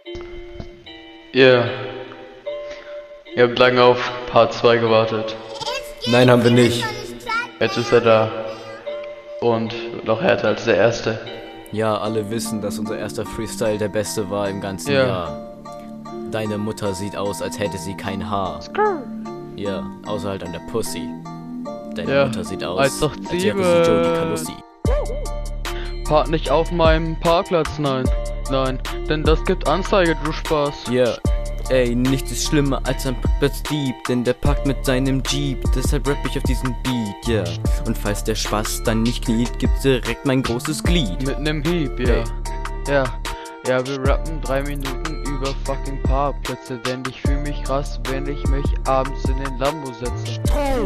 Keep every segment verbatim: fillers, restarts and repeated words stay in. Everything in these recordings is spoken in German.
Ja, ihr habt lange auf Part zwei gewartet. Nein, haben wir nicht. Jetzt ist er da. Und noch härter als der erste. Ja, alle wissen, dass unser erster Freestyle der beste war im ganzen Ja. Jahr. Deine Mutter sieht aus, als hätte sie kein Haar. Ja, außer halt an der Pussy. Deine Ja, Mutter sieht aus, als doch als wäre sie Jodie sieben. Calussi. Park nicht auf meinem Parkplatz, nein. Nein, denn das gibt Anzeige, du Spaß. Ja, ey, nichts ist schlimmer als ein Parkplatzdieb, denn der parkt mit seinem Jeep, deshalb rapp ich auf diesen Beat, ja. Yeah. Und falls der Spaß dann nicht kniet, gibt's direkt mein großes Glied. Mit nem Hieb, ja. Ey. Ja, ja, wir rappen drei Minuten über fucking Parkplätze, denn ich fühl mich krass, wenn ich mich abends in den Lambo setze.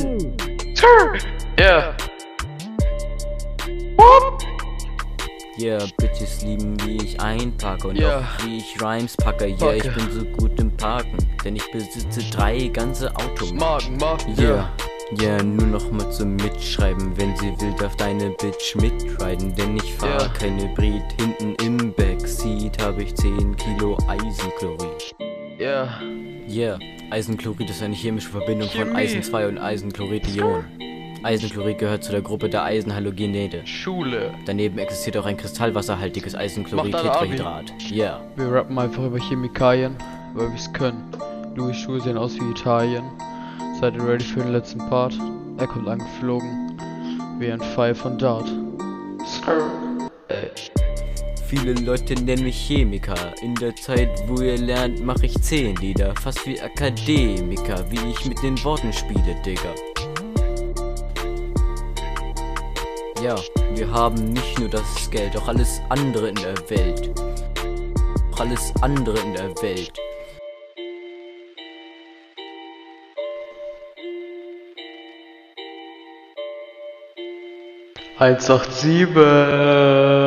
Ja. Yeah, Bitches lieben, wie ich einpacke und Ja. auch wie ich Rhymes packe. Yeah, Packe. ich bin so gut im Parken, denn ich besitze drei ganze Autos. Magen, Magen, Yeah, yeah, nur noch mal zum Mitschreiben, wenn sie will, darf deine Bitch mitriden, denn ich fahr Ja. kein Hybrid. Hinten im Backseat hab ich zehn Kilo Eisenchlorid. Ja. Yeah, Eisenchlorid ist eine chemische Verbindung von Chemie. Eisen zwei und Eisenchlorid-Ionen. Eisenchlorid gehört zu der Gruppe der Eisenhalogenate. Schule. Daneben existiert auch ein kristallwasserhaltiges Macht alle Eisenchlorid-Tetrahydrat. Yeah. Wir rappen einfach über Chemikalien, weil wir es können. Louis Schuhe sehen aus wie Italien. Seid ihr ready für den letzten Part? Er kommt angeflogen, wie ein Pfeil von Dart. Ey. Viele Leute nennen mich Chemiker. In der Zeit, wo ihr lernt, mache ich zehn Lieder. Fast wie Akademiker, wie ich mit den Worten spiele, Digga. Ja, wir haben nicht nur das Geld, auch alles andere in der Welt. Auch alles andere in der Welt. eins acht sieben